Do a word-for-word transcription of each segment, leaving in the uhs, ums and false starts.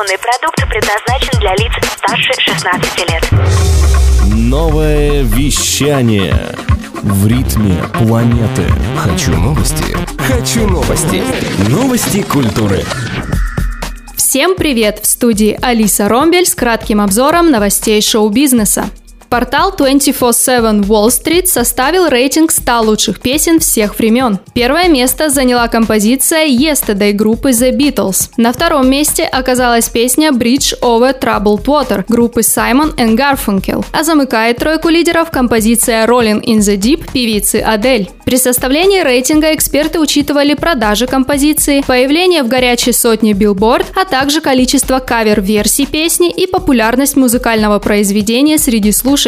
Информационный продукт предназначен для лиц старше шестнадцати лет. Новое вещание в ритме планеты. Хочу новости. Хочу новости. Новости культуры. Всем привет! В студии Алиса Ромбель с кратким обзором новостей шоу-бизнеса. Портал двадцать четыре семь Wall Street составил рейтинг ста лучших песен всех времен. Первое место заняла композиция Yesterday группы The Beatles. На втором месте оказалась песня Bridge Over Troubled Water группы Simon and Garfunkel. А замыкает тройку лидеров композиция Rolling in the Deep певицы Адель. При составлении рейтинга эксперты учитывали продажи композиции, появление в горячей сотне Billboard, а также количество кавер-версий песни и популярность музыкального произведения среди слушателей.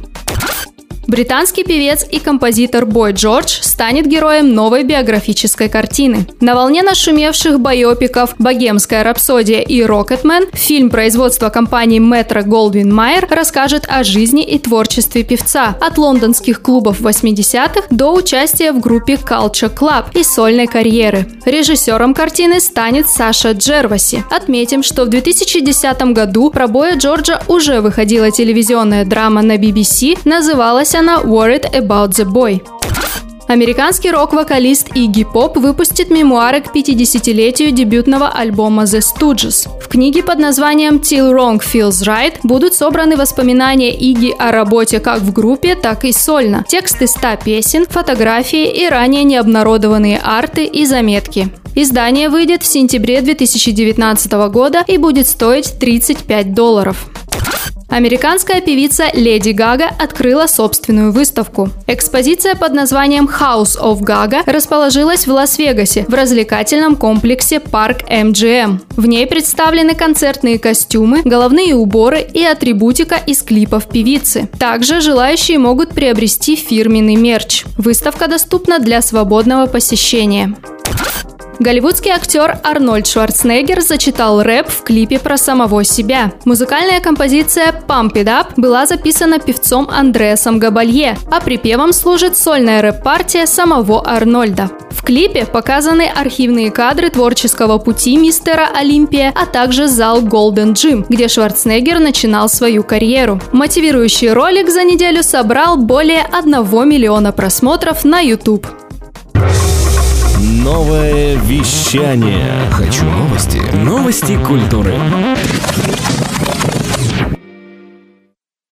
Британский певец и композитор Бой Джордж станет героем новой биографической картины. На волне нашумевших байопиков «Богемская рапсодия» и «Рокетмен» фильм производства компании Метро-Голдвин-Майер расскажет о жизни и творчестве певца, от лондонских клубов восьмидесятых до участия в группе Culture Club и сольной карьеры. Режиссером картины станет Саша Джерваси. Отметим, что в две тысячи десятом году про Боя Джорджа уже выходила телевизионная драма на би би си, называлась она «Worried About the Boy». Американский рок-вокалист Игги Поп выпустит мемуары к пятидесятилетию дебютного альбома The Stooges. В книге под названием «Till Wrong Feels Right» будут собраны воспоминания Игги о работе как в группе, так и сольно, тексты ста песен, фотографии и ранее необнародованные арты и заметки. Издание выйдет в сентябре две тысячи девятнадцатого года и будет стоить тридцать пять долларов. Американская певица Леди Гага открыла собственную выставку. Экспозиция под названием House of Gaga расположилась в Лас-Вегасе в развлекательном комплексе Парк эм джи эм. В ней представлены концертные костюмы, головные уборы и атрибутика из клипов певицы. Также желающие могут приобрести фирменный мерч. Выставка доступна для свободного посещения. Голливудский актер Арнольд Шварценеггер зачитал рэп в клипе про самого себя. Музыкальная композиция «Pump It Up» была записана певцом Андреасом Габалье, а припевом служит сольная рэп-партия самого Арнольда. В клипе показаны архивные кадры творческого пути мистера Олимпия, а также зал Golden Gym, где Шварценеггер начинал свою карьеру. Мотивирующий ролик за неделю собрал более одного миллиона просмотров на YouTube. Новое вещание. Хочу новости. Новости культуры.